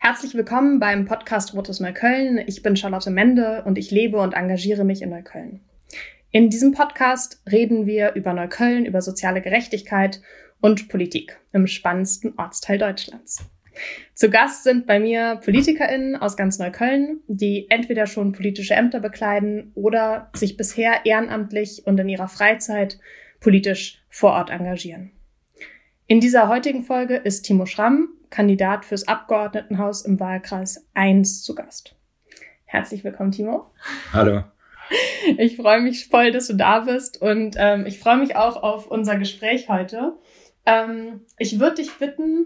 Herzlich willkommen beim Podcast Rotes Neukölln. Ich bin Charlotte Mende und ich lebe und engagiere mich in Neukölln. In diesem Podcast reden wir über Neukölln, über soziale Gerechtigkeit und Politik im spannendsten Ortsteil Deutschlands. Zu Gast sind bei mir PolitikerInnen aus ganz Neukölln, die entweder schon politische Ämter bekleiden oder sich bisher ehrenamtlich und in ihrer Freizeit politisch vor Ort engagieren. In dieser heutigen Folge ist Timo Schramm, Kandidat fürs Abgeordnetenhaus im Wahlkreis 1 zu Gast. Herzlich willkommen, Timo. Hallo. Ich freue mich voll, dass du da bist und ich freue mich auch auf unser Gespräch heute. Ich würde dich bitten,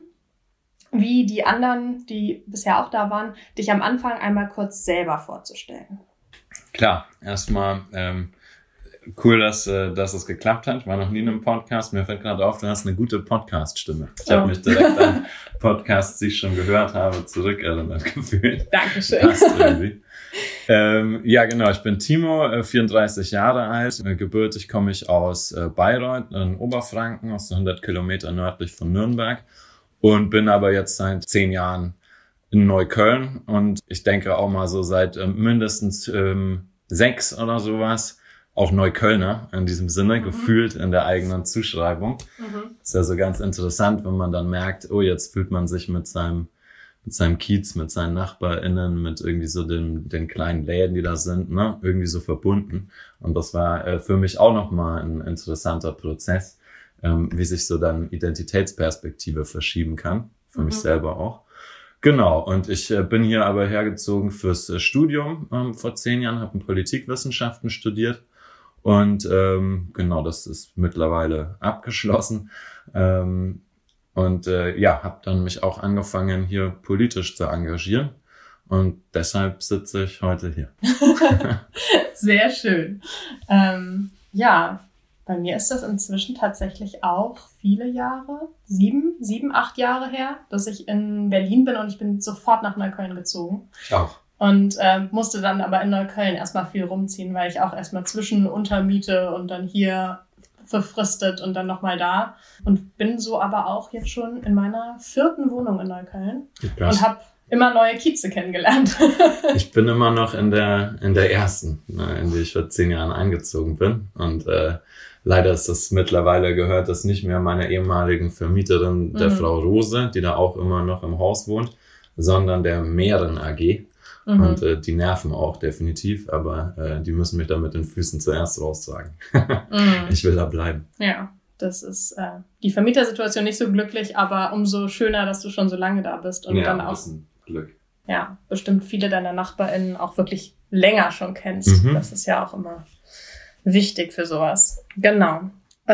wie die anderen, die bisher auch da waren, dich am Anfang einmal kurz selber vorzustellen. Klar, erstmal cool, dass es geklappt hat. Ich war noch nie in einem Podcast. Mir fällt gerade auf, du hast eine gute Podcast-Stimme. Ich habe mich direkt an Podcasts, die ich schon gehört habe, zurückerinnert gefühlt. Dankeschön. Passt irgendwie. Ja, genau. Ich bin Timo, 34 Jahre alt. Gebürtig komme ich aus Bayreuth in Oberfranken, aus 100 Kilometer nördlich von Nürnberg. Und bin aber jetzt seit 10 Jahren in Neukölln. Und ich denke auch mal so seit mindestens 6 oder sowas auch Neuköllner in diesem Sinne, gefühlt in der eigenen Zuschreibung. Ist ja so ganz interessant, wenn man dann merkt, oh, jetzt fühlt man sich mit seinem Kiez, mit seinen NachbarInnen, mit irgendwie so den kleinen Läden, die da sind, ne, irgendwie so verbunden. Und das war für mich auch nochmal ein interessanter Prozess, wie sich so dann Identitätsperspektive verschieben kann, für mich selber auch. Genau, und ich bin hier aber hergezogen fürs Studium vor 10 Jahren, habe Politikwissenschaften studiert. Und genau, das ist mittlerweile abgeschlossen. Und habe dann mich auch angefangen, hier politisch zu engagieren. Und deshalb sitze ich heute hier. Sehr schön. Bei mir ist das inzwischen tatsächlich auch viele Jahre, 7, 8 Jahre her, dass ich in Berlin bin und ich bin sofort nach Neukölln gezogen. Ich auch. Und musste dann aber in Neukölln erstmal viel rumziehen, weil ich auch erstmal zwischen untermiete und dann hier verfristet und dann nochmal da. Und bin so aber auch jetzt schon in meiner 4. Wohnung in Neukölln. Krass. Und habe immer neue Kieze kennengelernt. Ich bin immer noch in der ersten, in die ich vor 10 Jahren eingezogen bin. Und leider ist das mittlerweile, gehört das nicht mehr meiner ehemaligen Vermieterin, der Frau Rose, die da auch immer noch im Haus wohnt, sondern der Meeren AG. Und die nerven auch definitiv, aber die müssen mich da mit den Füßen zuerst raustragen. Ich will da bleiben. Ja, das ist die Vermietersituation nicht so glücklich, aber umso schöner, dass du schon so lange da bist. Und ja, dann auch ein Glück. Ja, bestimmt viele deiner NachbarInnen auch wirklich länger schon kennst. Das ist ja auch immer wichtig für sowas. Genau.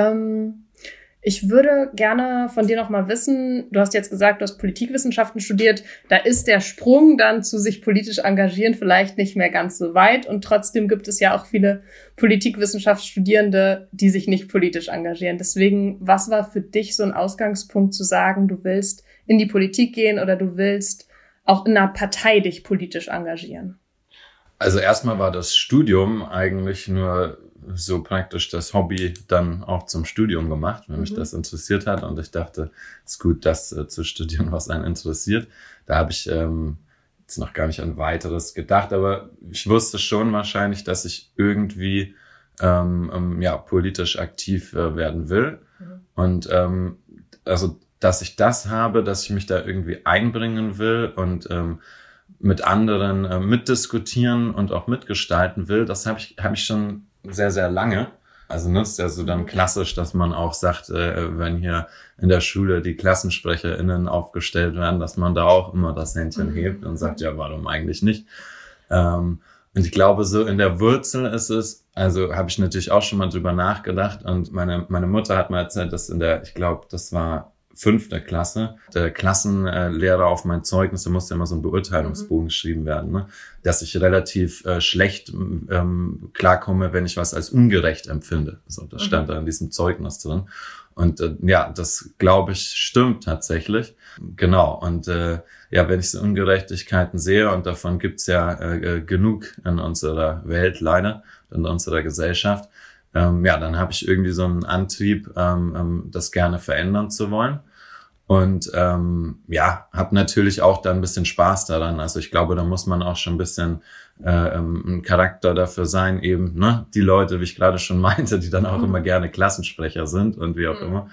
Ich würde gerne von dir noch mal wissen, du hast jetzt gesagt, du hast Politikwissenschaften studiert, da ist der Sprung dann zu sich politisch engagieren vielleicht nicht mehr ganz so weit und trotzdem gibt es ja auch viele Politikwissenschaftsstudierende, die sich nicht politisch engagieren. Deswegen, was war für dich so ein Ausgangspunkt zu sagen, du willst in die Politik gehen oder du willst auch in einer Partei dich politisch engagieren? Also erstmal war das Studium eigentlich nur so praktisch das Hobby dann auch zum Studium gemacht, wenn mich das interessiert hat. Und ich dachte, es ist gut, das zu studieren, was einen interessiert. Da habe ich jetzt noch gar nicht an weiteres gedacht, aber ich wusste schon wahrscheinlich, dass ich irgendwie politisch aktiv werden will. Und also, dass ich das habe, dass ich mich da irgendwie einbringen will und mit anderen mitdiskutieren und auch mitgestalten will, das habe ich schon sehr, sehr lange. Also ist ja so dann klassisch, dass man auch sagt, wenn hier in der Schule die KlassensprecherInnen aufgestellt werden, dass man da auch immer das Händchen hebt und sagt, ja, warum eigentlich nicht? Und ich glaube, so in der Wurzel ist es, also habe ich natürlich auch schon mal drüber nachgedacht und meine Mutter hat mal erzählt, dass ich glaube, das war 5. Klasse, der Klassenlehrer auf mein Zeugnis, da musste immer so ein Beurteilungsbogen geschrieben werden, ne? Dass ich relativ schlecht klarkomme, wenn ich was als ungerecht empfinde. So, das stand da in diesem Zeugnis drin. Und das glaube ich stimmt tatsächlich. Genau. Und wenn ich so Ungerechtigkeiten sehe, und davon gibt's ja genug in unserer Welt leider, in unserer Gesellschaft, dann habe ich irgendwie so einen Antrieb, das gerne verändern zu wollen. Und habe natürlich auch da ein bisschen Spaß daran. Also ich glaube, da muss man auch schon ein bisschen ein Charakter dafür sein, eben die Leute, wie ich gerade schon meinte, die dann auch immer gerne Klassensprecher sind und wie auch immer.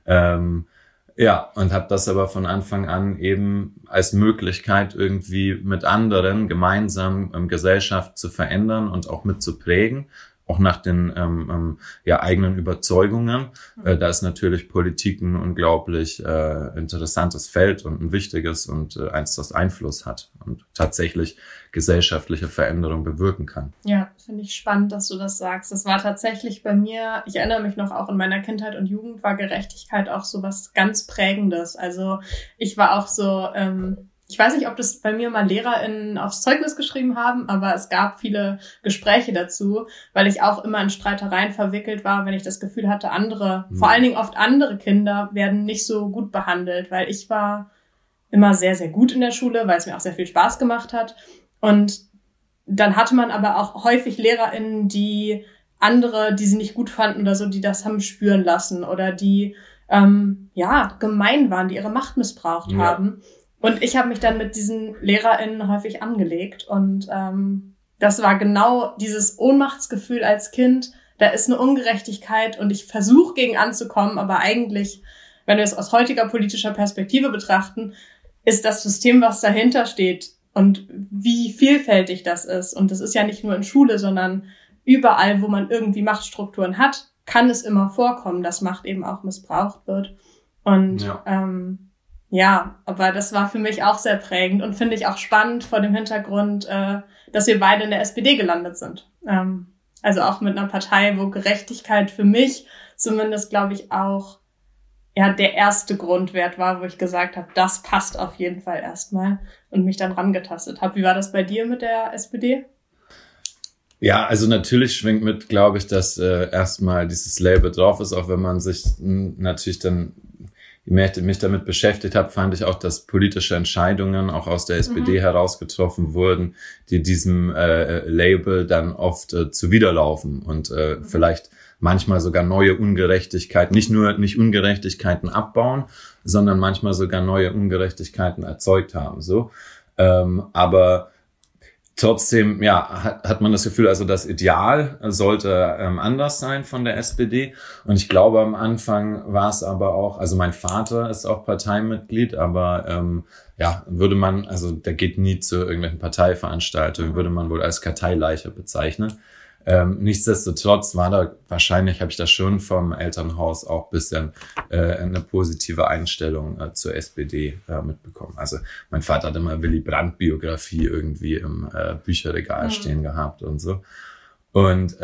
Und habe das aber von Anfang an eben als Möglichkeit irgendwie mit anderen gemeinsam Gesellschaft zu verändern und auch mitzuprägen. Auch nach den eigenen Überzeugungen. Da ist natürlich Politik ein unglaublich interessantes Feld und ein wichtiges und eins, das Einfluss hat und tatsächlich gesellschaftliche Veränderung bewirken kann. Ja, finde ich spannend, dass du das sagst. Das war tatsächlich bei mir, ich erinnere mich noch auch in meiner Kindheit und Jugend, war Gerechtigkeit auch so was ganz Prägendes. Also ich war auch so... Ich weiß nicht, ob das bei mir mal LehrerInnen aufs Zeugnis geschrieben haben, aber es gab viele Gespräche dazu, weil ich auch immer in Streitereien verwickelt war, wenn ich das Gefühl hatte, vor allen Dingen oft andere Kinder werden nicht so gut behandelt, weil ich war immer sehr, sehr gut in der Schule, weil es mir auch sehr viel Spaß gemacht hat. Und dann hatte man aber auch häufig LehrerInnen, die andere, die sie nicht gut fanden oder so, die das haben spüren lassen oder die gemein waren, die ihre Macht missbraucht haben. Und ich habe mich dann mit diesen LehrerInnen häufig angelegt und das war genau dieses Ohnmachtsgefühl als Kind. Da ist eine Ungerechtigkeit und ich versuche gegen anzukommen, aber eigentlich, wenn wir es aus heutiger politischer Perspektive betrachten, ist das System, was dahinter steht und wie vielfältig das ist. Und das ist ja nicht nur in Schule, sondern überall, wo man irgendwie Machtstrukturen hat, kann es immer vorkommen, dass Macht eben auch missbraucht wird. Und aber das war für mich auch sehr prägend und finde ich auch spannend vor dem Hintergrund, dass wir beide in der SPD gelandet sind. Also auch mit einer Partei, wo Gerechtigkeit für mich zumindest, glaube ich, auch der erste Grundwert war, wo ich gesagt habe, das passt auf jeden Fall erstmal und mich dann rangetastet habe. Wie war das bei dir mit der SPD? Ja, also natürlich schwingt mit, glaube ich, dass erstmal dieses Label drauf ist, auch wenn man sich natürlich dann, je mehr ich mich damit beschäftigt habe, fand ich auch, dass politische Entscheidungen auch aus der SPD heraus getroffen wurden, die diesem Label dann oft zuwiderlaufen und vielleicht manchmal sogar neue Ungerechtigkeiten, nicht Ungerechtigkeiten abbauen, sondern manchmal sogar neue Ungerechtigkeiten erzeugt haben. So, aber trotzdem, hat man das Gefühl, also das Ideal sollte anders sein von der SPD. Und ich glaube, am Anfang war es aber auch, also mein Vater ist auch Parteimitglied, aber würde man, also der geht nie zu irgendwelchen Parteiveranstaltungen, würde man wohl als Karteileiche bezeichnen. Nichtsdestotrotz wahrscheinlich habe ich da schon vom Elternhaus auch bisschen eine positive Einstellung zur SPD mitbekommen. Also mein Vater hat immer Willy Brandt Biografie irgendwie im Bücherregal stehen gehabt und so. Und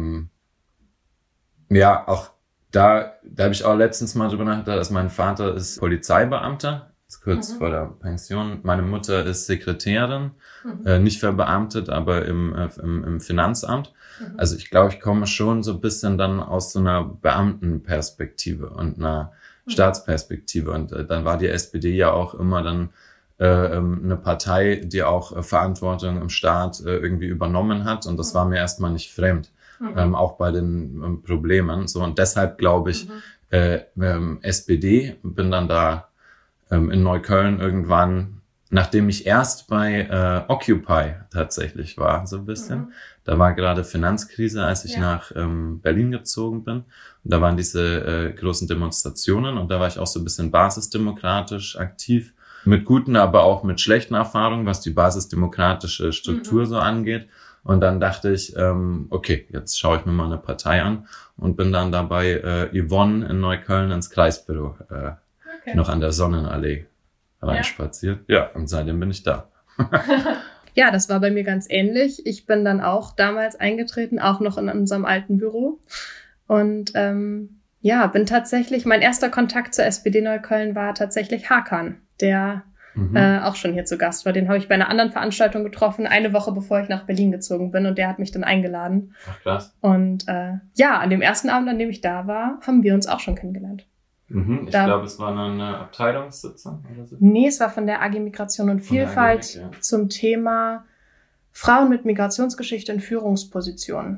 auch da habe ich auch letztens mal drüber nachgedacht, dass mein Vater ist Polizeibeamter, ist kurz vor der Pension. Meine Mutter ist Sekretärin, nicht verbeamtet, aber im Finanzamt. Also ich glaube, ich komme schon so ein bisschen dann aus so einer Beamtenperspektive und einer Staatsperspektive. Und dann war die SPD ja auch immer dann eine Partei, die auch Verantwortung im Staat irgendwie übernommen hat. Und das war mir erstmal nicht fremd, auch bei den Problemen. So, und deshalb glaube ich, SPD, bin dann da in Neukölln irgendwann, nachdem ich erst bei Occupy tatsächlich war, so ein bisschen. Da war gerade Finanzkrise, als ich nach Berlin gezogen bin. Und da waren diese großen Demonstrationen und da war ich auch so ein bisschen basisdemokratisch aktiv. Mit guten, aber auch mit schlechten Erfahrungen, was die basisdemokratische Struktur so angeht. Und dann dachte ich, okay, jetzt schaue ich mir mal eine Partei an und bin dann dabei Yvonne in Neukölln ins Kreisbüro noch an der Sonnenallee reinspaziert. Ja, und seitdem bin ich da. Ja, das war bei mir ganz ähnlich. Ich bin dann auch damals eingetreten, auch noch in unserem alten Büro. Und bin tatsächlich, mein erster Kontakt zur SPD Neukölln war tatsächlich Hakan, der auch schon hier zu Gast war. Den habe ich bei einer anderen Veranstaltung getroffen, eine Woche bevor ich nach Berlin gezogen bin. Und der hat mich dann eingeladen. Ach, krass. Und an dem ersten Abend, an dem ich da war, haben wir uns auch schon kennengelernt. Ich glaube, es war eine Abteilungssitzung oder so. Nee, es war von der AG Migration und Vielfalt zum Thema Frauen mit Migrationsgeschichte in Führungspositionen.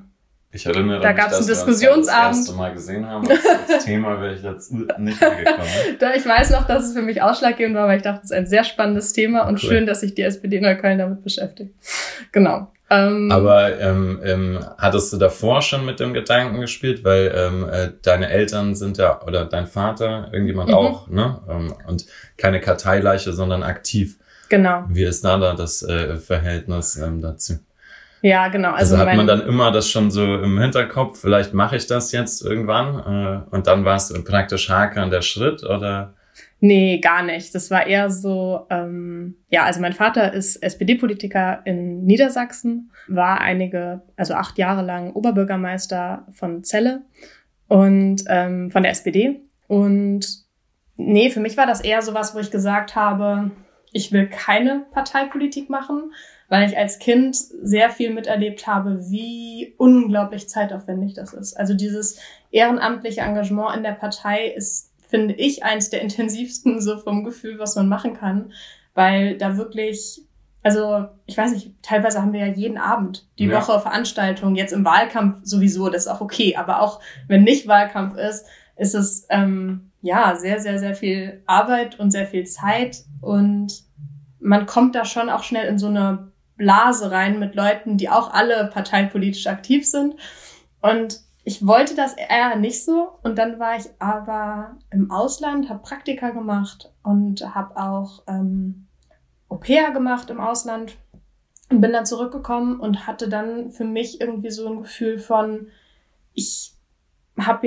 Ich erinnere da mich, gab es einen dass Diskussionsabend. wir uns das erste Mal gesehen haben. Das Thema wäre ich jetzt nicht angekommen. Ich weiß noch, dass es für mich ausschlaggebend war, weil ich dachte, es ist ein sehr spannendes Thema und schön, dass sich die SPD Neukölln damit beschäftigt. Genau. Aber hattest du davor schon mit dem Gedanken gespielt? Weil deine Eltern sind ja, oder dein Vater, irgendjemand auch, ne? Und keine Karteileiche, sondern aktiv. Genau. Wie ist da das Verhältnis dazu? Ja, genau. Also hat man dann immer das schon so im Hinterkopf, vielleicht mache ich das jetzt irgendwann und dann war es praktisch Haken der Schritt, oder? Nee, gar nicht. Das war eher so, also mein Vater ist SPD-Politiker in Niedersachsen, war 8 Jahre lang Oberbürgermeister von Celle und von der SPD. Und nee, für mich war das eher sowas, wo ich gesagt habe, ich will keine Parteipolitik machen, weil ich als Kind sehr viel miterlebt habe, wie unglaublich zeitaufwendig das ist. Also dieses ehrenamtliche Engagement in der Partei ist, finde ich, eins der intensivsten so vom Gefühl, was man machen kann, weil da wirklich, also ich weiß nicht, teilweise haben wir ja jeden Abend die Woche Veranstaltungen, jetzt im Wahlkampf sowieso, das ist auch okay, aber auch wenn nicht Wahlkampf ist es sehr, sehr, sehr viel Arbeit und sehr viel Zeit und man kommt da schon auch schnell in so eine Blase rein mit Leuten, die auch alle parteipolitisch aktiv sind. Und ich wollte das eher nicht so. Und dann war ich aber im Ausland, habe Praktika gemacht und habe auch Au-pair gemacht im Ausland und bin dann zurückgekommen und hatte dann für mich irgendwie so ein Gefühl von, ich war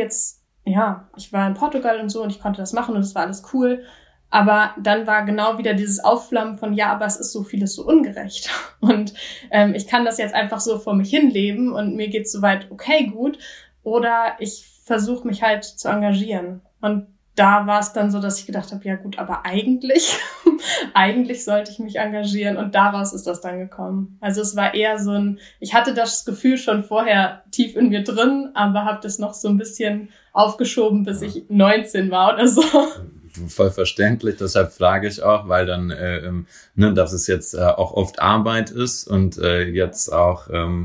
in Portugal und so und ich konnte das machen und es war alles cool. Aber dann war genau wieder dieses Aufflammen von, ja, aber es ist so vieles so ungerecht. Und ich kann das jetzt einfach so vor mich hinleben und mir geht's soweit okay gut. Oder ich versuche mich halt zu engagieren. Und da war es dann so, dass ich gedacht habe, ja gut, aber eigentlich sollte ich mich engagieren. Und daraus ist das dann gekommen. Also es war eher so ich hatte das Gefühl schon vorher tief in mir drin, aber habe das noch so ein bisschen aufgeschoben, bis ich 19 war oder so. Voll verständlich, deshalb frage ich auch, weil dann, dass es jetzt auch oft Arbeit ist und jetzt auch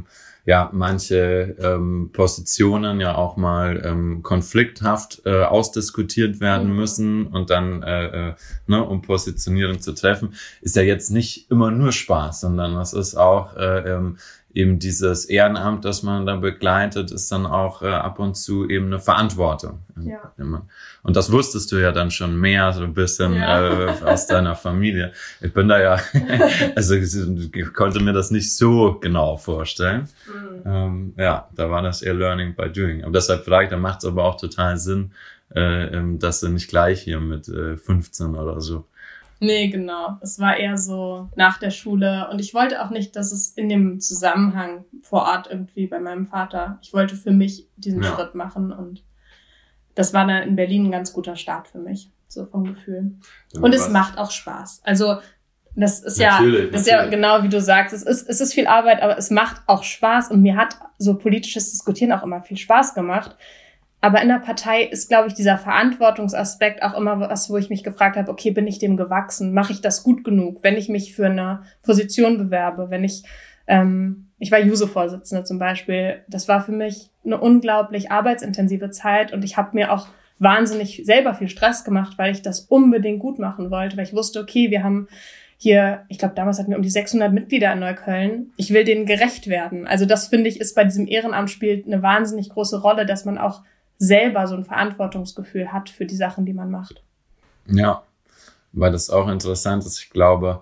manche Positionen ja auch mal konflikthaft ausdiskutiert werden müssen und dann, um Positionierung zu treffen, ist ja jetzt nicht immer nur Spaß, sondern es ist auch eben dieses Ehrenamt, das man da begleitet, ist dann auch ab und zu eben eine Verantwortung. Ja. Und das wusstest du ja dann schon mehr, so ein bisschen aus deiner Familie. Ich bin da ja, also ich konnte mir das nicht so genau vorstellen. Da war das eher Learning by Doing. Aber deshalb vielleicht, da macht es aber auch total Sinn, dass du nicht gleich hier mit 15 oder so. Nee, genau. Es war eher so nach der Schule. Und ich wollte auch nicht, dass es in dem Zusammenhang vor Ort irgendwie bei meinem Vater, ich wollte für mich diesen Schritt machen. Und das war dann in Berlin ein ganz guter Start für mich, so vom Gefühl. Und es macht auch Spaß. Also das ist ja genau wie du sagst, es ist viel Arbeit, aber es macht auch Spaß. Und mir hat so politisches Diskutieren auch immer viel Spaß gemacht. Aber in der Partei ist, glaube ich, dieser Verantwortungsaspekt auch immer was, wo ich mich gefragt habe, okay, bin ich dem gewachsen? Mache ich das gut genug? Wenn ich mich für eine Position bewerbe, wenn ich war JUSO-Vorsitzende zum Beispiel, das war für mich eine unglaublich arbeitsintensive Zeit und ich habe mir auch wahnsinnig selber viel Stress gemacht, weil ich das unbedingt gut machen wollte, weil ich wusste, okay, wir haben hier, ich glaube, damals hatten wir um die 600 Mitglieder in Neukölln. Ich will denen gerecht werden. Also das, finde ich, ist bei diesem Ehrenamt spielt eine wahnsinnig große Rolle, dass man auch selber so ein Verantwortungsgefühl hat für die Sachen, die man macht. Ja, weil das auch interessant ist. Ich glaube,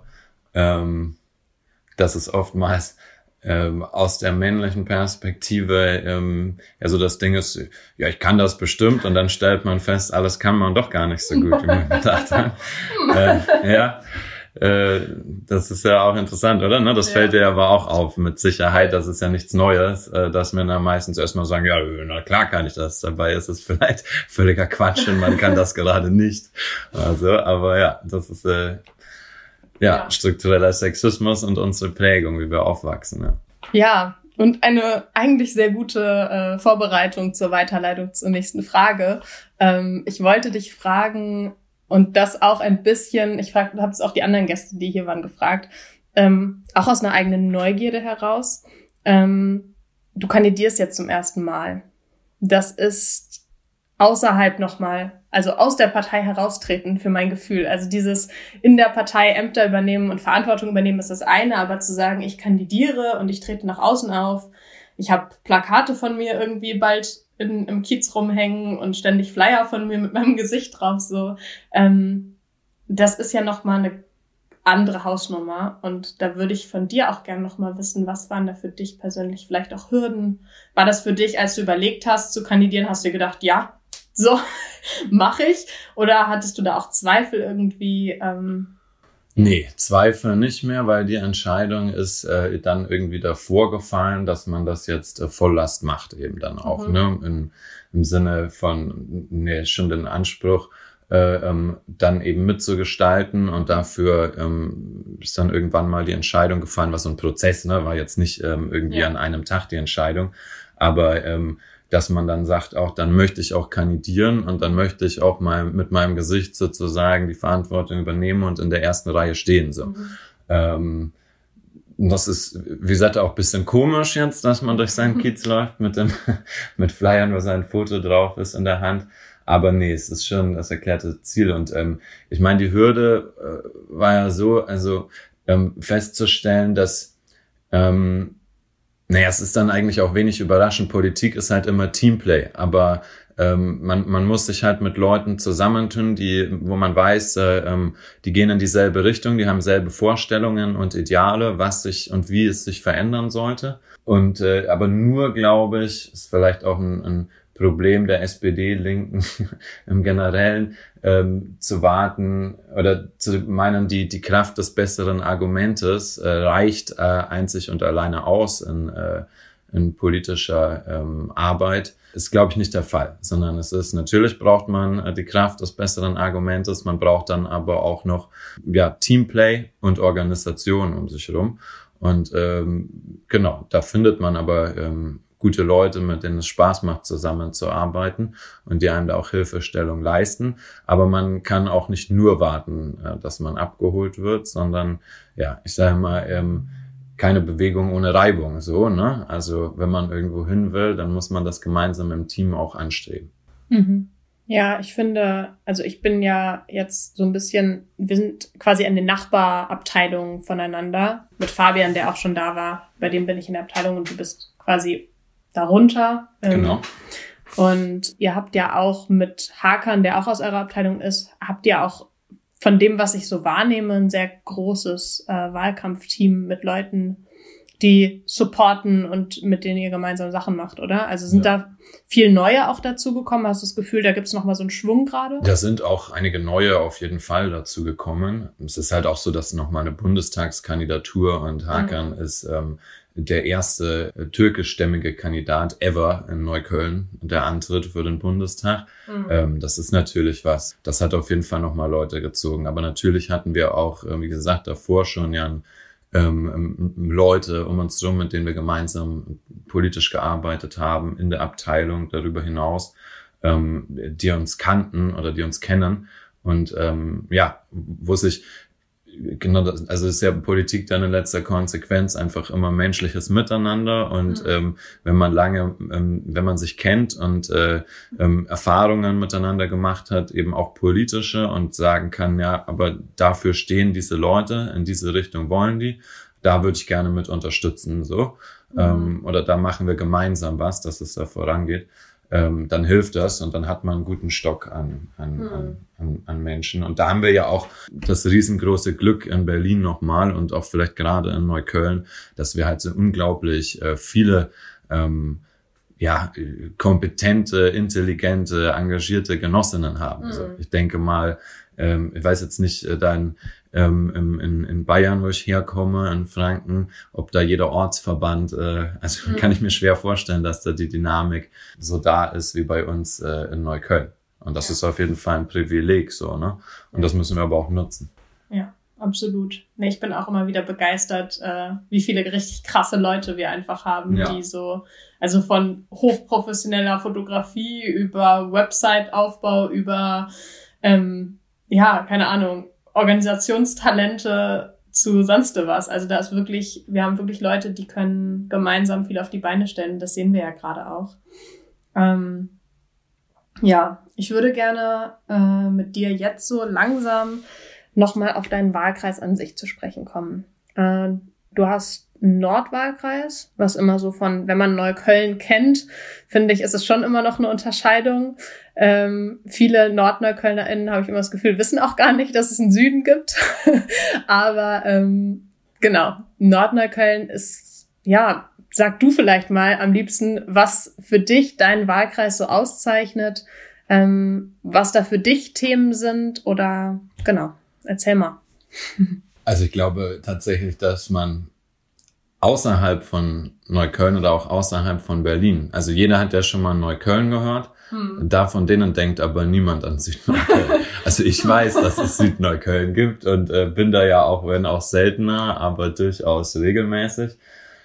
dass es oftmals aus der männlichen Perspektive so das Ding ist, ja, ich kann das bestimmt und dann stellt man fest, alles kann man doch gar nicht so gut, wie man gedacht hat. Das ist ja auch interessant, oder? Ne? Das fällt dir aber auch auf, mit Sicherheit. Das ist ja nichts Neues, dass Männer meistens erstmal sagen, ja, na klar kann ich das. Dabei ist es vielleicht völliger Quatsch und man kann das gerade nicht. Also, aber ja, das ist struktureller Sexismus und unsere Prägung, wie wir aufwachsen. Ja, und eine eigentlich sehr gute Vorbereitung zur Weiterleitung zur nächsten Frage. Ich wollte dich fragen, und das auch ein bisschen, ich habe es auch die anderen Gäste, die hier waren, gefragt, auch aus einer eigenen Neugierde heraus. du kandidierst jetzt zum ersten Mal. Das ist außerhalb nochmal, also aus der Partei heraustreten für mein Gefühl. Also dieses in der Partei Ämter übernehmen und Verantwortung übernehmen ist das eine, aber zu sagen, ich kandidiere und ich trete nach außen auf, ich habe Plakate von mir irgendwie bald im Kiez rumhängen und ständig Flyer von mir mit meinem Gesicht drauf, so. Das ist ja nochmal eine andere Hausnummer und da würde ich von dir auch gerne nochmal wissen, was waren da für dich persönlich vielleicht auch Hürden? War das für dich, als du überlegt hast zu kandidieren, hast du dir gedacht, ja, so mache ich? Oder hattest du da auch Zweifel irgendwie? Nee, Zweifel nicht mehr, weil die Entscheidung ist dann irgendwie davor gefallen, dass man das jetzt Volllast macht eben dann auch, ne? Im Sinne von, schon den Anspruch, dann eben mitzugestalten und dafür ist dann irgendwann mal die Entscheidung gefallen, was so ein Prozess, ne, war jetzt nicht irgendwie an einem Tag die Entscheidung, aber dass man dann sagt, auch dann möchte ich auch kandidieren und dann möchte ich auch mal mit meinem Gesicht sozusagen die Verantwortung übernehmen und in der ersten Reihe stehen, so. Das ist, wie gesagt, auch ein bisschen komisch jetzt, dass man durch seinen Kiez läuft mit Flyern, wo sein Foto drauf ist in der Hand. Aber nee, es ist schon das erklärte Ziel. Und ich meine, die Hürde war ja so, also festzustellen, dass es ist dann eigentlich auch wenig überraschend. Politik ist halt immer Teamplay, aber man muss sich halt mit Leuten zusammentun, wo man weiß, die gehen in dieselbe Richtung, die haben selbe Vorstellungen und Ideale, was sich und wie es sich verändern sollte. Und aber nur, glaube ich, ist vielleicht auch ein Problem der SPD-Linken im Generellen, zu warten oder zu meinen, die Kraft des besseren Argumentes reicht einzig und alleine aus in politischer Arbeit, ist, glaube ich, nicht der Fall, sondern es ist, natürlich braucht man die Kraft des besseren Argumentes, man braucht dann aber auch noch Teamplay und Organisation um sich herum. Und genau, da findet man aber gute Leute, mit denen es Spaß macht, zusammenzuarbeiten und die einem da auch Hilfestellung leisten. Aber man kann auch nicht nur warten, dass man abgeholt wird, sondern, ich sage mal, keine Bewegung ohne Reibung, so, ne? Also, wenn man irgendwo hin will, dann muss man das gemeinsam im Team auch anstreben. Mhm. Ja, ich finde, also ich bin ja jetzt so ein bisschen, wir sind quasi in den Nachbarabteilungen voneinander. Mit Fabian, der auch schon da war, bei dem bin ich in der Abteilung und du bist quasi darunter. Genau. Und ihr habt ja auch mit Hakan, der auch aus eurer Abteilung ist, habt ihr auch von dem, was ich so wahrnehme, ein sehr großes Wahlkampfteam mit Leuten, die supporten und mit denen ihr gemeinsam Sachen macht, oder? Also sind da viel Neue auch dazu gekommen? Hast du das Gefühl, da gibt's noch mal so einen Schwung gerade? Da sind auch einige Neue auf jeden Fall dazu gekommen. Es ist halt auch so, dass noch mal eine Bundestagskandidatur und Hakan ist der erste türkischstämmige Kandidat ever in Neukölln, der antritt für den Bundestag. Das ist natürlich was, das hat auf jeden Fall nochmal Leute gezogen. Aber natürlich hatten wir auch, wie gesagt, davor schon Leute um uns rum, mit denen wir gemeinsam politisch gearbeitet haben, in der Abteilung, darüber hinaus, die uns kannten oder die uns kennen. Und wo sich genau das, also ist ja Politik dann in letzter Konsequenz einfach immer menschliches Miteinander und wenn man sich kennt und Erfahrungen miteinander gemacht hat, eben auch politische und sagen kann, aber dafür stehen diese Leute, in diese Richtung wollen die, da würde ich gerne mit unterstützen, so oder da machen wir gemeinsam was, dass es da vorangeht. Dann hilft das und dann hat man einen guten Stock an Menschen. Und da haben wir ja auch das riesengroße Glück in Berlin nochmal und auch vielleicht gerade in Neukölln, dass wir halt so unglaublich viele kompetente, intelligente, engagierte Genossinnen haben. Also ich denke mal, ich weiß jetzt nicht, in Bayern, wo ich herkomme, in Franken, ob da jeder Ortsverband, kann ich mir schwer vorstellen, dass da die Dynamik so da ist wie bei uns in Neukölln. Und das ist auf jeden Fall ein Privileg, so, ne? Und das müssen wir aber auch nutzen. Ja, absolut. Nee, ich bin auch immer wieder begeistert, wie viele richtig krasse Leute wir einfach haben, die so, also von hochprofessioneller Fotografie über Website-Aufbau, über, keine Ahnung, Organisationstalente zu sonst was. Also da ist wirklich, wir haben wirklich Leute, die können gemeinsam viel auf die Beine stellen. Das sehen wir ja gerade auch. Ja, ich würde gerne mit dir jetzt so langsam nochmal auf deinen Wahlkreis an sich zu sprechen kommen. Du hast einen Nordwahlkreis, was immer so von, wenn man Neukölln kennt, finde ich, ist es schon immer noch eine Unterscheidung. Viele NordneuköllnerInnen, habe ich immer das Gefühl, wissen auch gar nicht, dass es einen Süden gibt. Aber genau, Nordneukölln ist, ja, sag du vielleicht mal am liebsten, was für dich deinen Wahlkreis so auszeichnet, was da für dich Themen sind oder genau, erzähl mal. Also ich glaube tatsächlich, dass man außerhalb von Neukölln oder auch außerhalb von Berlin, also jeder hat ja schon mal Neukölln gehört, da von denen denkt aber niemand an Südneukölln. Also ich weiß, dass es Südneukölln gibt und bin da ja auch, wenn auch seltener, aber durchaus regelmäßig.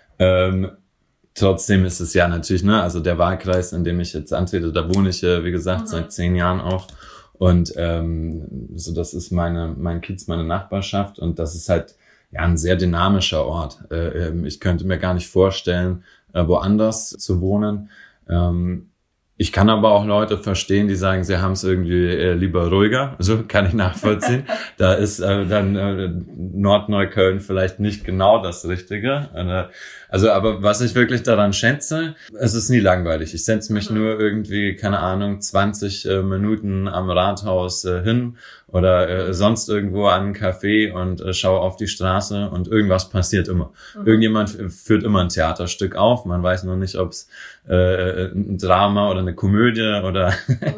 Trotzdem ist es ja natürlich, ne, also der Wahlkreis, in dem ich jetzt antrete, da wohne ich, wie gesagt, seit 10 Jahren auch. Und so das ist mein Kiez, meine Nachbarschaft und das ist halt ja ein sehr dynamischer Ort. Ich könnte mir gar nicht vorstellen, woanders zu wohnen. Ich kann aber auch Leute verstehen, die sagen, sie haben es irgendwie lieber ruhiger. So kann ich nachvollziehen. Da ist dann Nordneukölln vielleicht nicht genau das Richtige. Also, aber was ich wirklich daran schätze, es ist nie langweilig. Ich setze mich nur irgendwie, keine Ahnung, 20 Minuten am Rathaus hin oder sonst irgendwo an einen Café und schaue auf die Straße und irgendwas passiert immer. Irgendjemand führt immer ein Theaterstück auf. Man weiß noch nicht, ob es ein Drama oder eine Komödie oder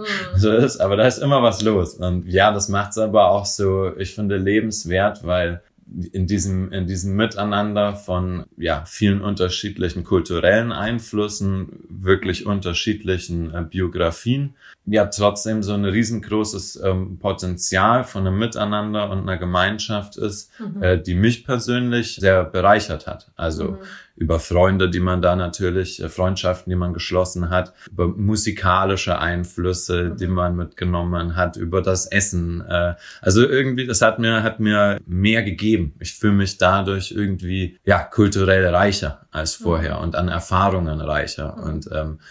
so ist, aber da ist immer was los. Und ja, das macht's aber auch so, ich finde, lebenswert, weil in diesem Miteinander von ja vielen unterschiedlichen kulturellen Einflüssen, wirklich unterschiedlichen Biografien, ja trotzdem so ein riesengroßes Potenzial von einem Miteinander und einer Gemeinschaft ist, die mich persönlich sehr bereichert hat. Also über Freunde, die man da natürlich, Freundschaften, die man geschlossen hat, über musikalische Einflüsse, die man mitgenommen hat, über das Essen. Also irgendwie, das hat mir mehr gegeben. Ich fühle mich dadurch irgendwie, ja, kulturell reicher als vorher und an Erfahrungen reicher. Und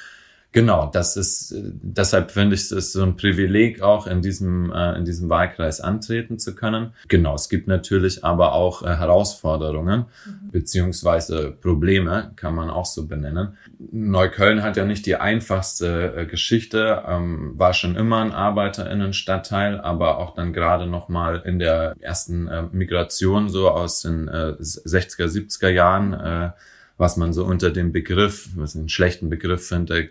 genau, das ist, deshalb finde ich, es ist so ein Privileg, auch in diesem Wahlkreis antreten zu können. Genau, es gibt natürlich aber auch Herausforderungen, beziehungsweise Probleme, kann man auch so benennen. Neukölln hat ja nicht die einfachste Geschichte, war schon immer ein ArbeiterInnen-Stadtteil, aber auch dann gerade nochmal in der ersten Migration, so aus den 60er, 70er Jahren, was man so unter dem Begriff, was ich einen schlechten Begriff finde,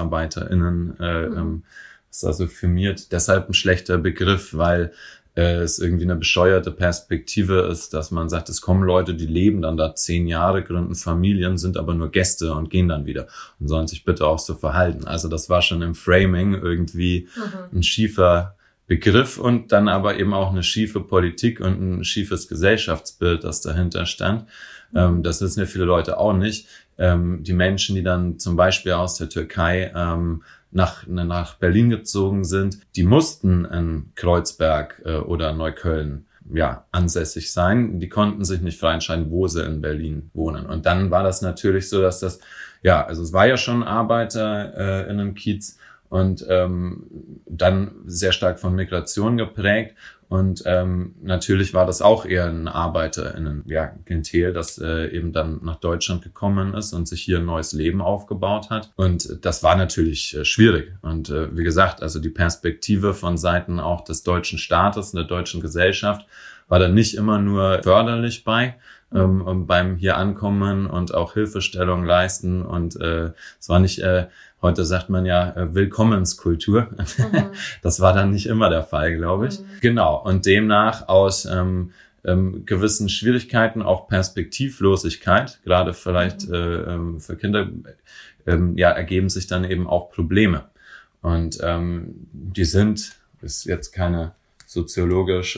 GastarbeiterInnen, ist also firmiert. Deshalb ein schlechter Begriff, weil es irgendwie eine bescheuerte Perspektive ist, dass man sagt, es kommen Leute, die leben dann da 10 Jahre, gründen Familien, sind aber nur Gäste und gehen dann wieder und sollen sich bitte auch so verhalten. Also das war schon im Framing irgendwie ein schiefer Begriff und dann aber eben auch eine schiefe Politik und ein schiefes Gesellschaftsbild, das dahinter stand. Das wissen ja viele Leute auch nicht. Die Menschen, die dann zum Beispiel aus der Türkei nach Berlin gezogen sind, die mussten in Kreuzberg oder Neukölln ansässig sein. Die konnten sich nicht frei entscheiden, wo sie in Berlin wohnen. Und dann war das natürlich so, dass also es war ja schon ArbeiterInnen-Kiez und dann sehr stark von Migration geprägt. Und natürlich war das auch eher ein ArbeiterInnen-Klientel, das eben dann nach Deutschland gekommen ist und sich hier ein neues Leben aufgebaut hat. Und das war natürlich schwierig. Und wie gesagt, also die Perspektive von Seiten auch des deutschen Staates und der deutschen Gesellschaft war dann nicht immer nur förderlich beim hier ankommen und auch Hilfestellung leisten. Und es war nicht... Heute sagt man ja Willkommenskultur. Das war dann nicht immer der Fall, glaube ich. Genau. Und demnach aus gewissen Schwierigkeiten, auch Perspektivlosigkeit, gerade vielleicht für Kinder, ergeben sich dann eben auch Probleme. Und die ist jetzt keine soziologisch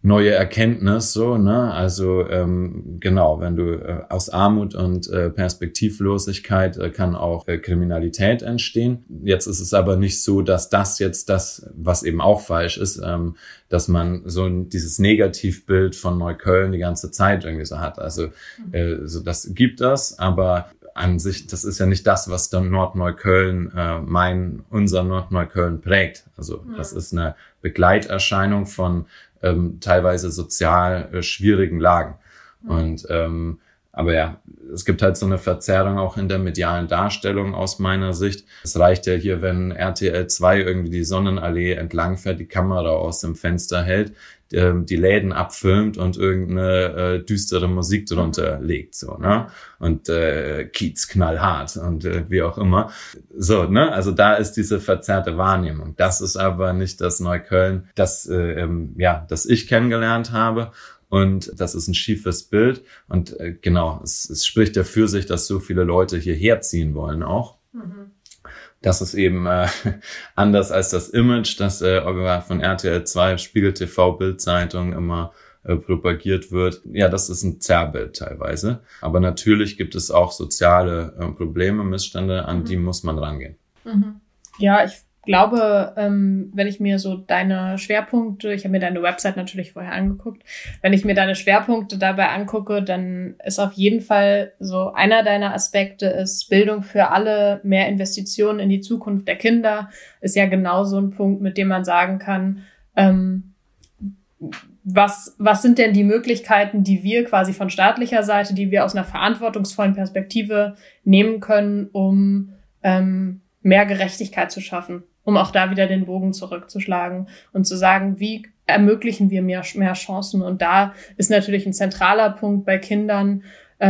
neue Erkenntnis, so, ne? Also genau, wenn du aus Armut und Perspektivlosigkeit kann auch Kriminalität entstehen. Jetzt ist es aber nicht so, dass das jetzt das, was eben auch falsch ist, dass man so dieses Negativbild von Neukölln die ganze Zeit irgendwie so hat. Also so das gibt es, aber an sich, das ist ja nicht das, was dann Nordneukölln, unser Nordneukölln prägt. Also das ist eine Begleiterscheinung von teilweise sozial schwierigen Lagen. Und aber ja, es gibt halt so eine Verzerrung auch in der medialen Darstellung aus meiner Sicht. Es reicht ja hier, wenn RTL 2 irgendwie die Sonnenallee entlangfährt, die Kamera aus dem Fenster hält, die Läden abfilmt und irgendeine düstere Musik drunter legt, so, ne? Und Kiez knallhart und wie auch immer. So, ne? Also da ist diese verzerrte Wahrnehmung. Das ist aber nicht das Neukölln, das ich kennengelernt habe. Und das ist ein schiefes Bild. Und genau, es spricht ja für sich, dass so viele Leute hierher ziehen wollen auch. Das ist eben anders als das Image, das von RTL 2, Spiegel TV, Bild-Zeitung immer propagiert wird. Ja, das ist ein Zerrbild teilweise. Aber natürlich gibt es auch soziale Probleme, Missstände, an die muss man rangehen. Ja, ich glaube, wenn ich mir so deine Schwerpunkte, ich habe mir deine Website natürlich vorher angeguckt, wenn ich mir deine Schwerpunkte dabei angucke, dann ist auf jeden Fall so einer deiner Aspekte ist Bildung für alle, mehr Investitionen in die Zukunft der Kinder, ist ja genau so ein Punkt, mit dem man sagen kann, was sind denn die Möglichkeiten, die wir quasi von staatlicher Seite, die wir aus einer verantwortungsvollen Perspektive nehmen können, um mehr Gerechtigkeit zu schaffen, um auch da wieder den Bogen zurückzuschlagen und zu sagen, wie ermöglichen wir mehr Chancen? Und da ist natürlich ein zentraler Punkt bei Kindern,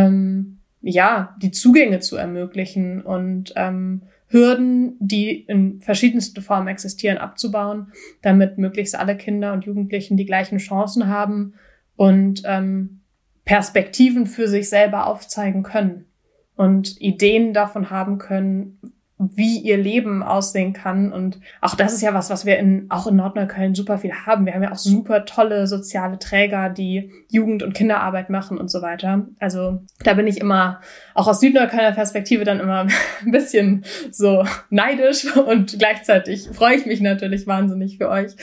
die Zugänge zu ermöglichen und Hürden, die in verschiedensten Formen existieren, abzubauen, damit möglichst alle Kinder und Jugendlichen die gleichen Chancen haben und Perspektiven für sich selber aufzeigen können und Ideen davon haben können, wie ihr Leben aussehen kann. Und auch das ist ja was wir auch in Nordneukölln super viel haben. Wir haben ja auch super tolle soziale Träger, die Jugend- und Kinderarbeit machen und so weiter. Also da bin ich immer, auch aus Südneuköllner Perspektive, dann immer ein bisschen so neidisch und gleichzeitig freue ich mich natürlich wahnsinnig für euch,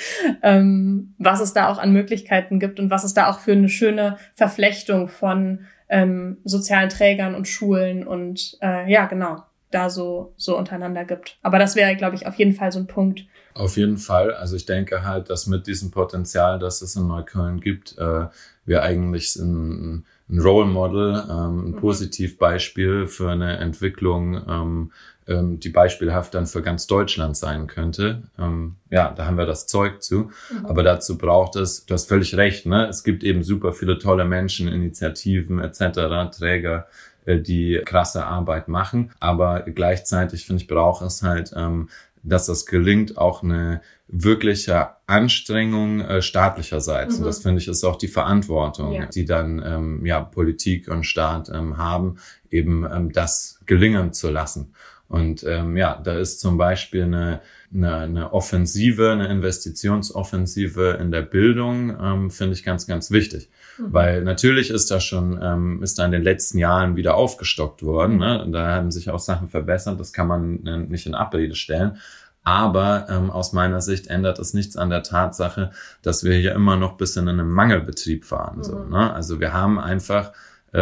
was es da auch an Möglichkeiten gibt und was es da auch für eine schöne Verflechtung von sozialen Trägern und Schulen und da so untereinander gibt. Aber das wäre, glaube ich, auf jeden Fall so ein Punkt. Auf jeden Fall. Also ich denke halt, dass mit diesem Potenzial, das es in Neukölln gibt, wir eigentlich ein Role Model, ein Positivbeispiel für eine Entwicklung, die beispielhaft dann für ganz Deutschland sein könnte. Da haben wir das Zeug zu. Aber dazu braucht es, du hast völlig recht, ne? Es gibt eben super viele tolle Menschen, Initiativen etc., Träger, die krasse Arbeit machen. Aber gleichzeitig, finde ich, braucht es halt, dass das gelingt, auch eine wirkliche Anstrengung staatlicherseits. Und das, finde ich, ist auch die Verantwortung, die dann Politik und Staat haben, eben das gelingen zu lassen. Und da ist zum Beispiel eine Offensive, eine Investitionsoffensive in der Bildung, finde ich ganz, ganz wichtig. Weil natürlich ist da in den letzten Jahren wieder aufgestockt worden. Ne? Und da haben sich auch Sachen verbessert, das kann man nicht in Abrede stellen. Aber aus meiner Sicht ändert es nichts an der Tatsache, dass wir hier immer noch bis in einem Mangelbetrieb fahren. So, ne? Also wir haben einfach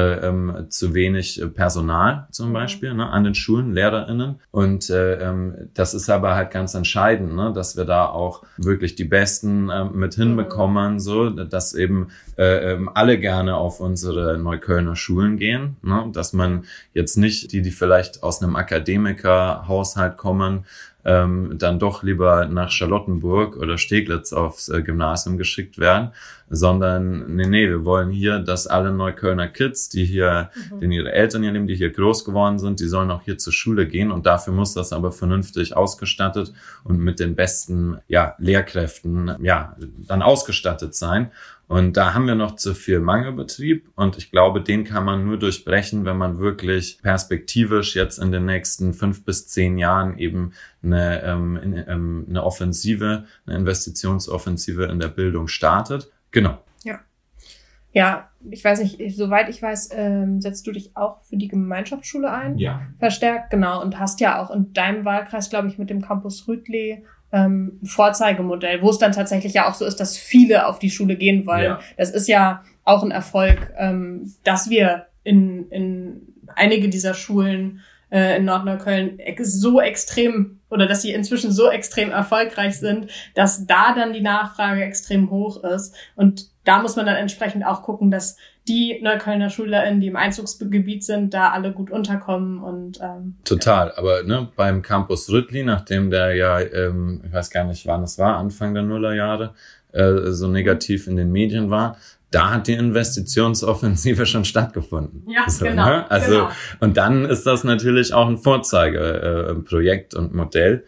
zu wenig Personal zum Beispiel, ne, an den Schulen, LehrerInnen. Und das ist aber halt ganz entscheidend, ne, dass wir da auch wirklich die Besten mit hinbekommen, so, dass eben alle gerne auf unsere Neuköllner Schulen gehen, ne, dass man jetzt nicht die vielleicht aus einem Akademikerhaushalt kommen, dann doch lieber nach Charlottenburg oder Steglitz aufs Gymnasium geschickt werden, sondern nee, wir wollen hier, dass alle Neuköllner Kids, die hier, den ihre Eltern hier leben, die hier groß geworden sind, die sollen auch hier zur Schule gehen und dafür muss das aber vernünftig ausgestattet und mit den besten Lehrkräften dann ausgestattet sein. Und da haben wir noch zu viel Mangelbetrieb und ich glaube, den kann man nur durchbrechen, wenn man wirklich perspektivisch jetzt in den nächsten 5 bis 10 Jahren eben eine Offensive, eine Investitionsoffensive in der Bildung startet. Genau. Ja, ich weiß nicht, soweit ich weiß, setzt du dich auch für die Gemeinschaftsschule ein? Ja. Verstärkt, genau. Und hast ja auch in deinem Wahlkreis, glaube ich, mit dem Campus Rütli ein Vorzeigemodell, wo es dann tatsächlich ja auch so ist, dass viele auf die Schule gehen wollen. Ja. Das ist ja auch ein Erfolg, dass wir in einige dieser Schulen in Nordneukölln so extrem oder dass sie inzwischen so extrem erfolgreich sind, dass da dann die Nachfrage extrem hoch ist. Und da muss man dann entsprechend auch gucken, dass die Neuköllner SchülerInnen, die im Einzugsgebiet sind, da alle gut unterkommen und total, aber beim Campus Rütli, nachdem der ja, ich weiß gar nicht, wann es war, Anfang der Nullerjahre, so negativ in den Medien war, da hat die Investitionsoffensive schon stattgefunden. Ja, so, genau. Ne? Also, genau. Und dann ist das natürlich auch ein Vorzeigeprojekt und Modell.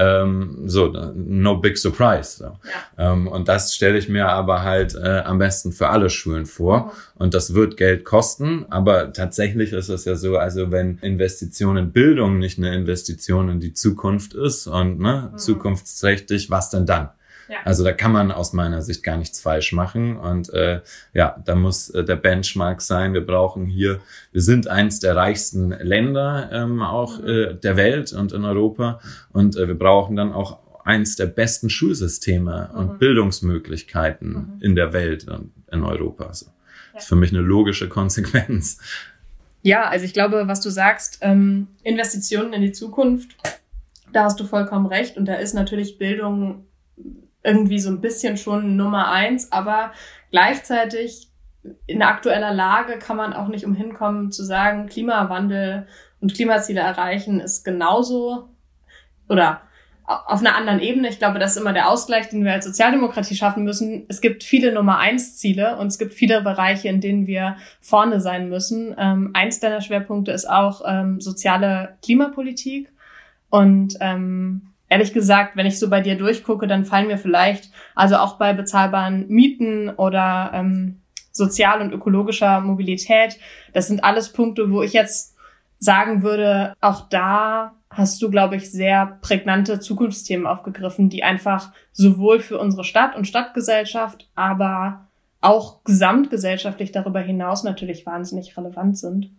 No big surprise. So. Ja. Und das stelle ich mir aber halt am besten für alle Schulen vor. Mhm. Und das wird Geld kosten, aber tatsächlich ist es ja so, also wenn Investition in Bildung nicht eine Investition in die Zukunft ist und zukunftsträchtig, was denn dann? Ja. Also da kann man aus meiner Sicht gar nichts falsch machen und da muss der Benchmark sein, wir sind eins der reichsten Länder der Welt und in Europa und wir brauchen dann auch eins der besten Schulsysteme und Bildungsmöglichkeiten in der Welt und in Europa. Also, das ist für mich eine logische Konsequenz. Ja, also ich glaube, was du sagst, Investitionen in die Zukunft, da hast du vollkommen recht und da ist natürlich Bildung irgendwie so ein bisschen schon Nummer 1, aber gleichzeitig in aktueller Lage kann man auch nicht umhin kommen zu sagen, Klimawandel und Klimaziele erreichen ist genauso oder auf einer anderen Ebene. Ich glaube, das ist immer der Ausgleich, den wir als Sozialdemokratie schaffen müssen. Es gibt viele Nummer 1 Ziele und es gibt viele Bereiche, in denen wir vorne sein müssen. Eins deiner Schwerpunkte ist auch soziale Klimapolitik und ehrlich gesagt, wenn ich so bei dir durchgucke, dann fallen mir vielleicht, also auch bei bezahlbaren Mieten oder sozial- und ökologischer Mobilität, das sind alles Punkte, wo ich jetzt sagen würde, auch da hast du, glaube ich, sehr prägnante Zukunftsthemen aufgegriffen, die einfach sowohl für unsere Stadt und Stadtgesellschaft, aber auch gesamtgesellschaftlich darüber hinaus natürlich wahnsinnig relevant sind.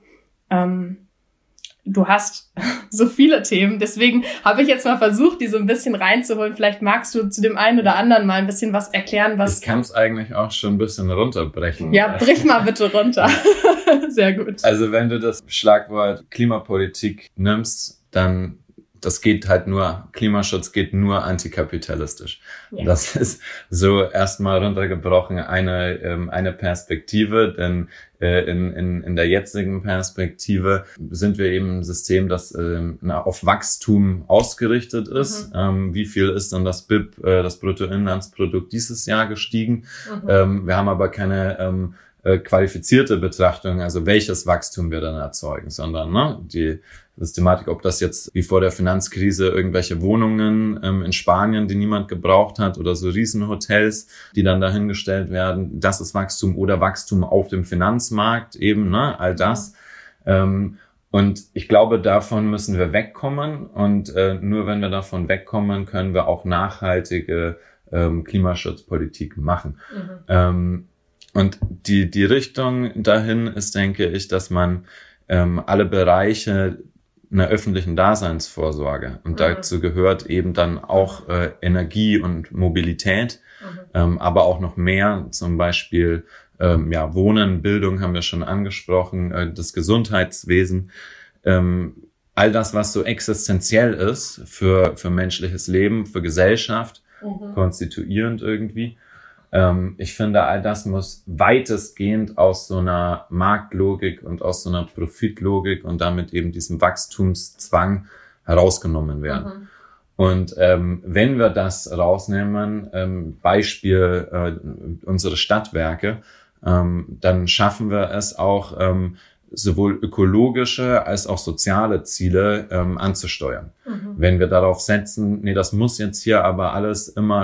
Du hast so viele Themen, deswegen habe ich jetzt mal versucht, die so ein bisschen reinzuholen. Vielleicht magst du zu dem einen oder anderen mal ein bisschen was erklären, was... Ich kann es eigentlich auch schon ein bisschen runterbrechen. Ja, brich mal bitte runter. Sehr gut. Also wenn du das Schlagwort Klimapolitik nimmst, dann Klimaschutz geht nur antikapitalistisch. Ja. Das ist so erstmal runtergebrochen eine Perspektive, denn in der jetzigen Perspektive sind wir eben ein System, das auf Wachstum ausgerichtet ist. Wie viel ist dann das BIP, das Bruttoinlandsprodukt dieses Jahr gestiegen? Wir haben aber keine qualifizierte Betrachtung, also welches Wachstum wir dann erzeugen, sondern die Systematik, ob das jetzt wie vor der Finanzkrise irgendwelche Wohnungen in Spanien, die niemand gebraucht hat, oder so Riesenhotels, die dann dahingestellt werden, das ist Wachstum oder Wachstum auf dem Finanzmarkt eben, all das. Und ich glaube, davon müssen wir wegkommen und nur wenn wir davon wegkommen, können wir auch nachhaltige Klimaschutzpolitik machen. Und die Richtung dahin ist, denke ich, dass man alle Bereiche einer öffentlichen Daseinsvorsorge und dazu gehört eben dann auch Energie und Mobilität, aber auch noch mehr, zum Beispiel Wohnen, Bildung haben wir schon angesprochen, das Gesundheitswesen, all das, was so existenziell ist für menschliches Leben, für Gesellschaft, konstituierend irgendwie. Ich finde, all das muss weitestgehend aus so einer Marktlogik und aus so einer Profitlogik und damit eben diesem Wachstumszwang herausgenommen werden. Und wenn wir das rausnehmen, Beispiel unsere Stadtwerke, dann schaffen wir es auch, sowohl ökologische als auch soziale Ziele anzusteuern. Wenn wir darauf setzen, das muss jetzt hier aber alles immer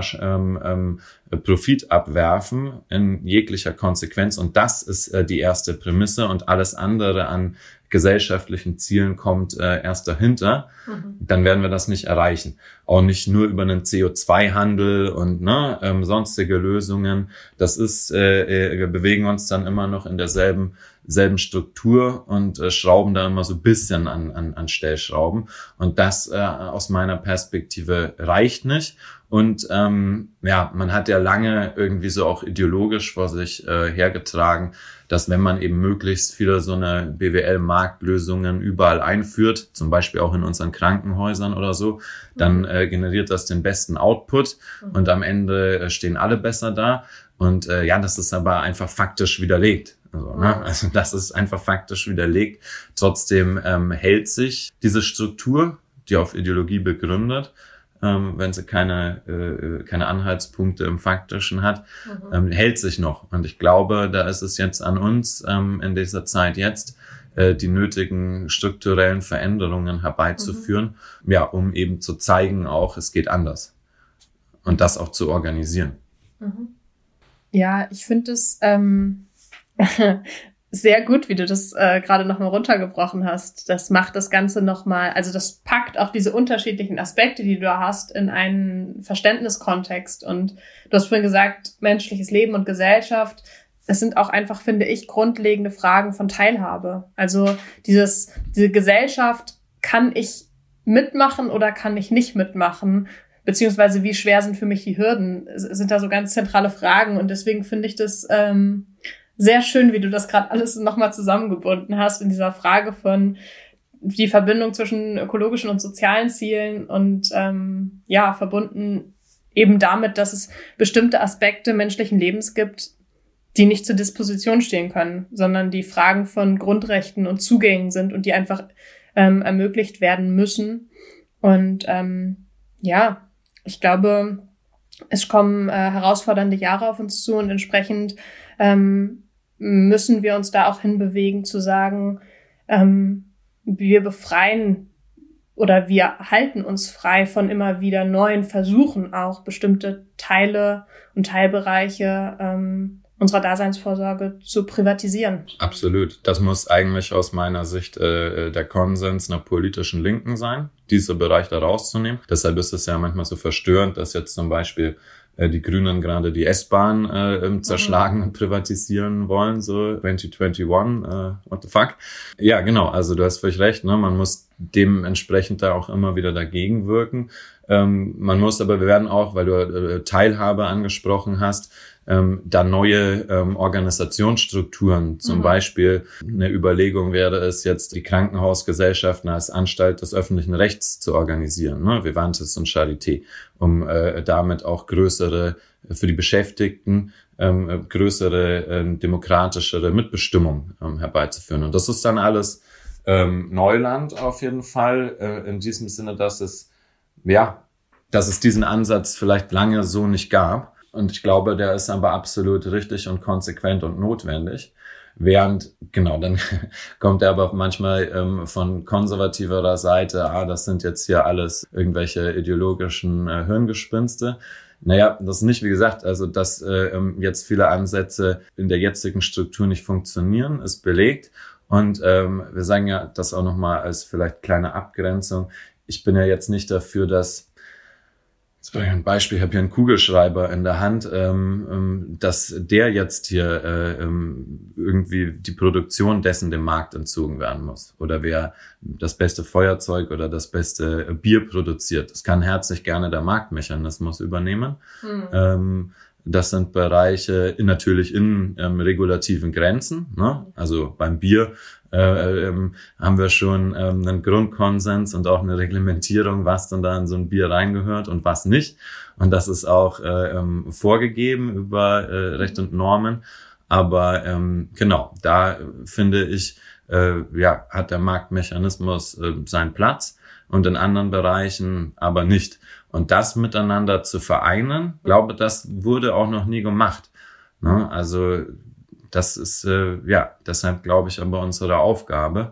Profit abwerfen in jeglicher Konsequenz und das ist die erste Prämisse und alles andere an gesellschaftlichen Zielen kommt erst dahinter, dann werden wir das nicht erreichen. Auch nicht nur über einen CO2-Handel und sonstige Lösungen. Das ist, wir bewegen uns dann immer noch in derselben Struktur und schrauben da immer so ein bisschen an Stellschrauben. Und das aus meiner Perspektive reicht nicht. Und man hat ja lange irgendwie so auch ideologisch vor sich hergetragen, dass wenn man eben möglichst viele so eine BWL-Marktlösungen überall einführt, zum Beispiel auch in unseren Krankenhäusern oder so, dann generiert das den besten Output und am Ende stehen alle besser da. Und das ist aber einfach faktisch widerlegt. Also das ist einfach faktisch widerlegt. Trotzdem hält sich diese Struktur, die auf Ideologie begründet, wenn sie keine Anhaltspunkte im Faktischen hat, hält sich noch. Und ich glaube, da ist es jetzt an uns, in dieser Zeit jetzt, die nötigen strukturellen Veränderungen herbeizuführen, um eben zu zeigen auch, es geht anders. Und das auch zu organisieren. Ja, ich finde es sehr gut, wie du das gerade nochmal runtergebrochen hast. Das macht das Ganze nochmal, also das packt auch diese unterschiedlichen Aspekte, die du da hast, in einen Verständniskontext. Und du hast vorhin gesagt, menschliches Leben und Gesellschaft, es sind auch einfach, finde ich, grundlegende Fragen von Teilhabe. Also diese Gesellschaft, kann ich mitmachen oder kann ich nicht mitmachen? Beziehungsweise wie schwer sind für mich die Hürden? Sind da so ganz zentrale Fragen. Und deswegen finde ich das sehr schön, wie du das gerade alles nochmal zusammengebunden hast in dieser Frage von die Verbindung zwischen ökologischen und sozialen Zielen und verbunden eben damit, dass es bestimmte Aspekte menschlichen Lebens gibt, die nicht zur Disposition stehen können, sondern die Fragen von Grundrechten und Zugängen sind und die einfach ermöglicht werden müssen. Und ich glaube, es kommen herausfordernde Jahre auf uns zu und entsprechend müssen wir uns da auch hinbewegen, zu sagen, wir befreien oder wir halten uns frei von immer wieder neuen Versuchen, auch bestimmte Teile und Teilbereiche unserer Daseinsvorsorge zu privatisieren. Absolut. Das muss eigentlich aus meiner Sicht der Konsens einer politischen Linken sein, diese Bereiche da rauszunehmen. Deshalb ist es ja manchmal so verstörend, dass jetzt zum Beispiel die Grünen gerade die S-Bahn zerschlagen und privatisieren wollen, so 2021, what the fuck. Ja, genau, also du hast völlig recht, ne? Man muss dementsprechend da auch immer wieder dagegen wirken. Man muss aber, wir werden auch, weil du Teilhabe angesprochen hast, da neue Organisationsstrukturen, zum Beispiel eine Überlegung wäre es jetzt, die Krankenhausgesellschaften als Anstalt des öffentlichen Rechts zu organisieren, ne? Vivantes und Charité, um damit auch größere, für die Beschäftigten, größere demokratischere Mitbestimmung herbeizuführen. Und das ist dann alles Neuland auf jeden Fall, in diesem Sinne, dass es diesen Ansatz vielleicht lange so nicht gab. Und ich glaube, der ist aber absolut richtig und konsequent und notwendig. Während, dann kommt er aber manchmal von konservativerer Seite, das sind jetzt hier alles irgendwelche ideologischen Hirngespinste. Naja, das ist nicht, wie gesagt, also dass jetzt viele Ansätze in der jetzigen Struktur nicht funktionieren, ist belegt. Und wir sagen ja das auch nochmal als vielleicht kleine Abgrenzung. Ich bin ja jetzt nicht dafür, dass, ein Beispiel, ich habe hier einen Kugelschreiber in der Hand, dass der jetzt hier irgendwie die Produktion dessen dem Markt entzogen werden muss. Oder wer das beste Feuerzeug oder das beste Bier produziert. Das kann herzlich gerne der Marktmechanismus übernehmen. Das sind Bereiche natürlich in regulativen Grenzen, ne? Also beim Bier haben wir schon einen Grundkonsens und auch eine Reglementierung, was dann da in so ein Bier reingehört und was nicht. Und das ist auch vorgegeben über Recht und Normen. Aber da finde ich, hat der Marktmechanismus seinen Platz und in anderen Bereichen aber nicht. Und das miteinander zu vereinen, glaube, das wurde auch noch nie gemacht. Ne? Also das ist, deshalb glaube ich aber unsere Aufgabe,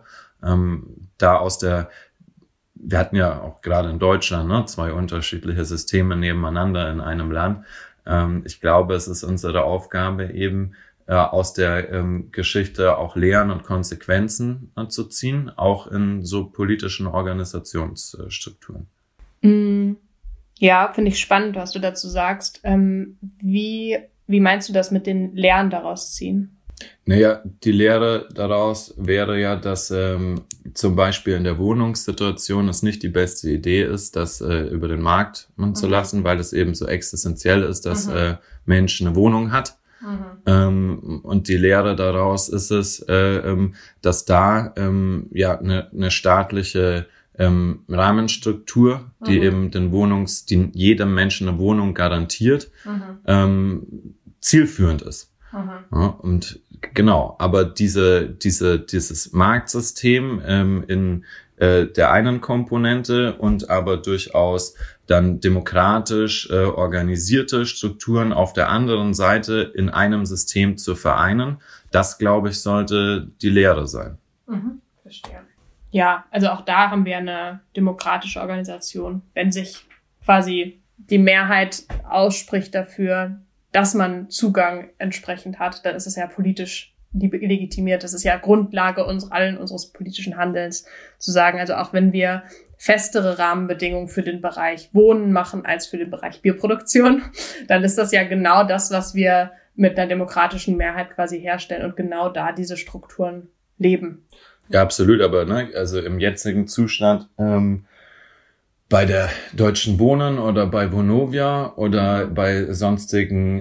wir hatten ja auch gerade in Deutschland 2 unterschiedliche Systeme nebeneinander in einem Land. Ich glaube, es ist unsere Aufgabe eben, aus der Geschichte auch Lehren und Konsequenzen zu ziehen, auch in so politischen Organisationsstrukturen. Ja, finde ich spannend, was du dazu sagst. Wie meinst du das mit den Lehren daraus ziehen? Naja, die Lehre daraus wäre ja, dass zum Beispiel in der Wohnungssituation es nicht die beste Idee ist, das über den Markt zu lassen, weil es eben so existenziell ist, dass Mensch eine Wohnung hat. Und die Lehre daraus ist es, dass da eine staatliche Rahmenstruktur, die eben die jedem Menschen eine Wohnung garantiert, zielführend ist. Ja, und genau, aber dieses Marktsystem in der einen Komponente und aber durchaus dann demokratisch organisierte Strukturen auf der anderen Seite in einem System zu vereinen, das, glaube ich, sollte die Lehre sein. Verstehe. Ja, also auch da haben wir eine demokratische Organisation. Wenn sich quasi die Mehrheit ausspricht dafür, dass man Zugang entsprechend hat, dann ist es ja politisch legitimiert. Das ist ja Grundlage unseres politischen Handelns, zu sagen, also auch wenn wir festere Rahmenbedingungen für den Bereich Wohnen machen als für den Bereich Bierproduktion, dann ist das ja genau das, was wir mit einer demokratischen Mehrheit quasi herstellen und genau da diese Strukturen leben. Ja, absolut, aber also im jetzigen Zustand bei der Deutschen Wohnen oder bei Vonovia oder bei sonstigen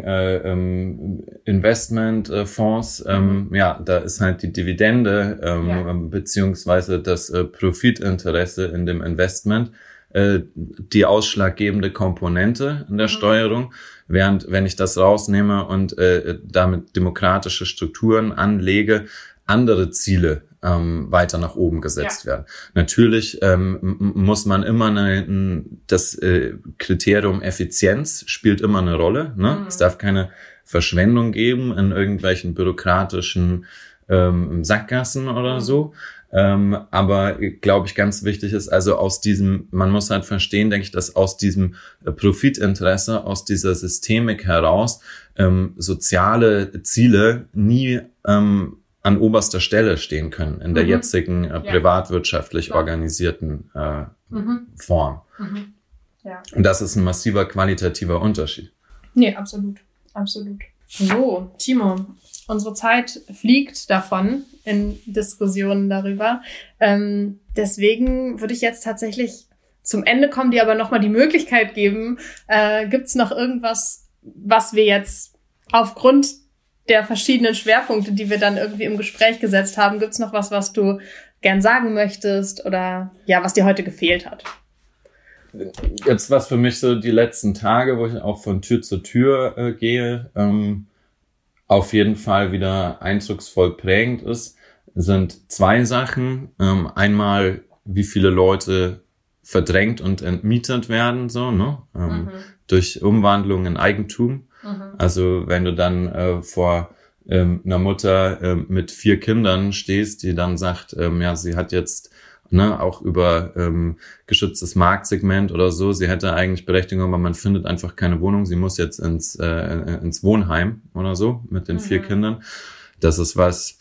Investmentfonds, da ist halt die Dividende beziehungsweise das Profitinteresse in dem Investment die ausschlaggebende Komponente in der Steuerung, während wenn ich das rausnehme und damit demokratische Strukturen anlege, andere Ziele weiter nach oben gesetzt werden. Natürlich muss man immer das Kriterium Effizienz spielt immer eine Rolle. Ne? Es darf keine Verschwendung geben in irgendwelchen bürokratischen Sackgassen oder so. Aber glaube ich, ganz wichtig ist, also man muss halt verstehen, denke ich, dass aus diesem Profitinteresse, aus dieser Systemik heraus soziale Ziele nie an oberster Stelle stehen können in der jetzigen privatwirtschaftlich organisierten Form. Ja. Und das ist ein massiver qualitativer Unterschied. Nee, absolut. Absolut. So, Timo, unsere Zeit fliegt davon in Diskussionen darüber. Deswegen würde ich jetzt tatsächlich zum Ende kommen, dir aber nochmal die Möglichkeit geben, gibt's noch irgendwas, was wir jetzt aufgrund der verschiedenen Schwerpunkte, die wir dann irgendwie im Gespräch gesetzt haben, gibt's noch was du gern sagen möchtest oder ja, was dir heute gefehlt hat? Jetzt was für mich so die letzten Tage, wo ich auch von Tür zu Tür gehe, auf jeden Fall wieder eindrucksvoll prägend ist, sind zwei Sachen. Einmal, wie viele Leute verdrängt und entmietet werden, so, ne? Durch Umwandlung in Eigentum. Also wenn du dann vor einer Mutter mit 4 Kindern stehst, die dann sagt, sie hat jetzt auch über geschütztes Marktsegment oder so, sie hätte eigentlich Berechtigung, aber man findet einfach keine Wohnung, sie muss jetzt ins Wohnheim oder so mit den 4 Kindern. Das ist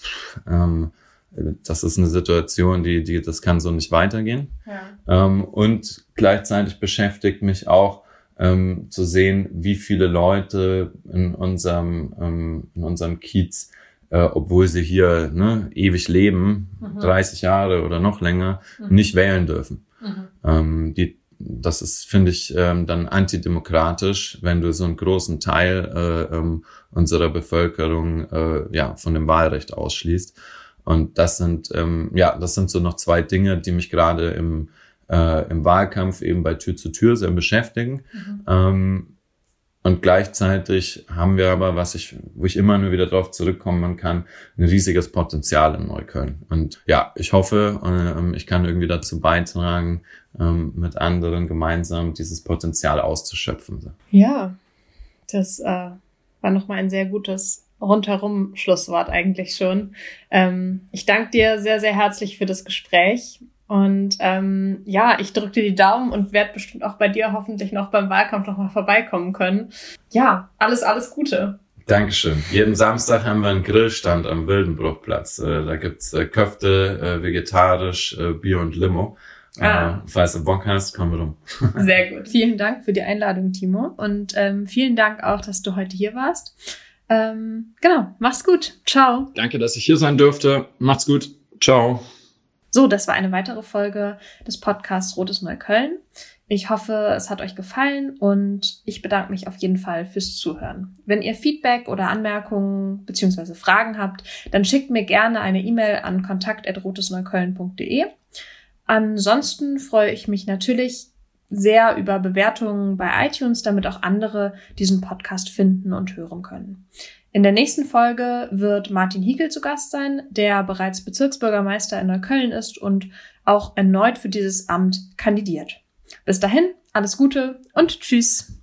das ist eine Situation, das kann so nicht weitergehen. Ja. Und gleichzeitig beschäftigt mich auch zu sehen, wie viele Leute in unserem Kiez, obwohl sie hier ewig leben, 30 Jahre oder noch länger, nicht wählen dürfen. Das ist, finde ich, dann antidemokratisch, wenn du so einen großen Teil unserer Bevölkerung von dem Wahlrecht ausschließt. Und das sind so noch 2 Dinge, die mich gerade im Wahlkampf eben bei Tür zu Tür sehr beschäftigen. Und gleichzeitig haben wir aber, wo ich immer nur wieder drauf zurückkommen kann, ein riesiges Potenzial in Neukölln. Und ja, ich hoffe, ich kann irgendwie dazu beitragen, mit anderen gemeinsam dieses Potenzial auszuschöpfen. Ja, das war nochmal ein sehr gutes rundherum Schlusswort eigentlich schon. Ich danke dir sehr, sehr herzlich für das Gespräch. Und ich drücke dir die Daumen und werde bestimmt auch bei dir hoffentlich noch beim Wahlkampf nochmal vorbeikommen können. Ja, alles Gute. Dankeschön. Jeden Samstag haben wir einen Grillstand am Wildenbruchplatz. Da gibt's Köfte, vegetarisch, Bier und Limo. Falls du Bock hast, komm rum. Sehr gut. Vielen Dank für die Einladung, Timo. Und vielen Dank auch, dass du heute hier warst. Genau, mach's gut. Ciao. Danke, dass ich hier sein durfte. Macht's gut. Ciao. So, das war eine weitere Folge des Podcasts Rotes Neukölln. Ich hoffe, es hat euch gefallen und ich bedanke mich auf jeden Fall fürs Zuhören. Wenn ihr Feedback oder Anmerkungen bzw. Fragen habt, dann schickt mir gerne eine E-Mail an kontakt@rotesneukölln.de. Ansonsten freue ich mich natürlich sehr über Bewertungen bei iTunes, damit auch andere diesen Podcast finden und hören können. In der nächsten Folge wird Martin Hiegel zu Gast sein, der bereits Bezirksbürgermeister in Neukölln ist und auch erneut für dieses Amt kandidiert. Bis dahin, alles Gute und tschüss.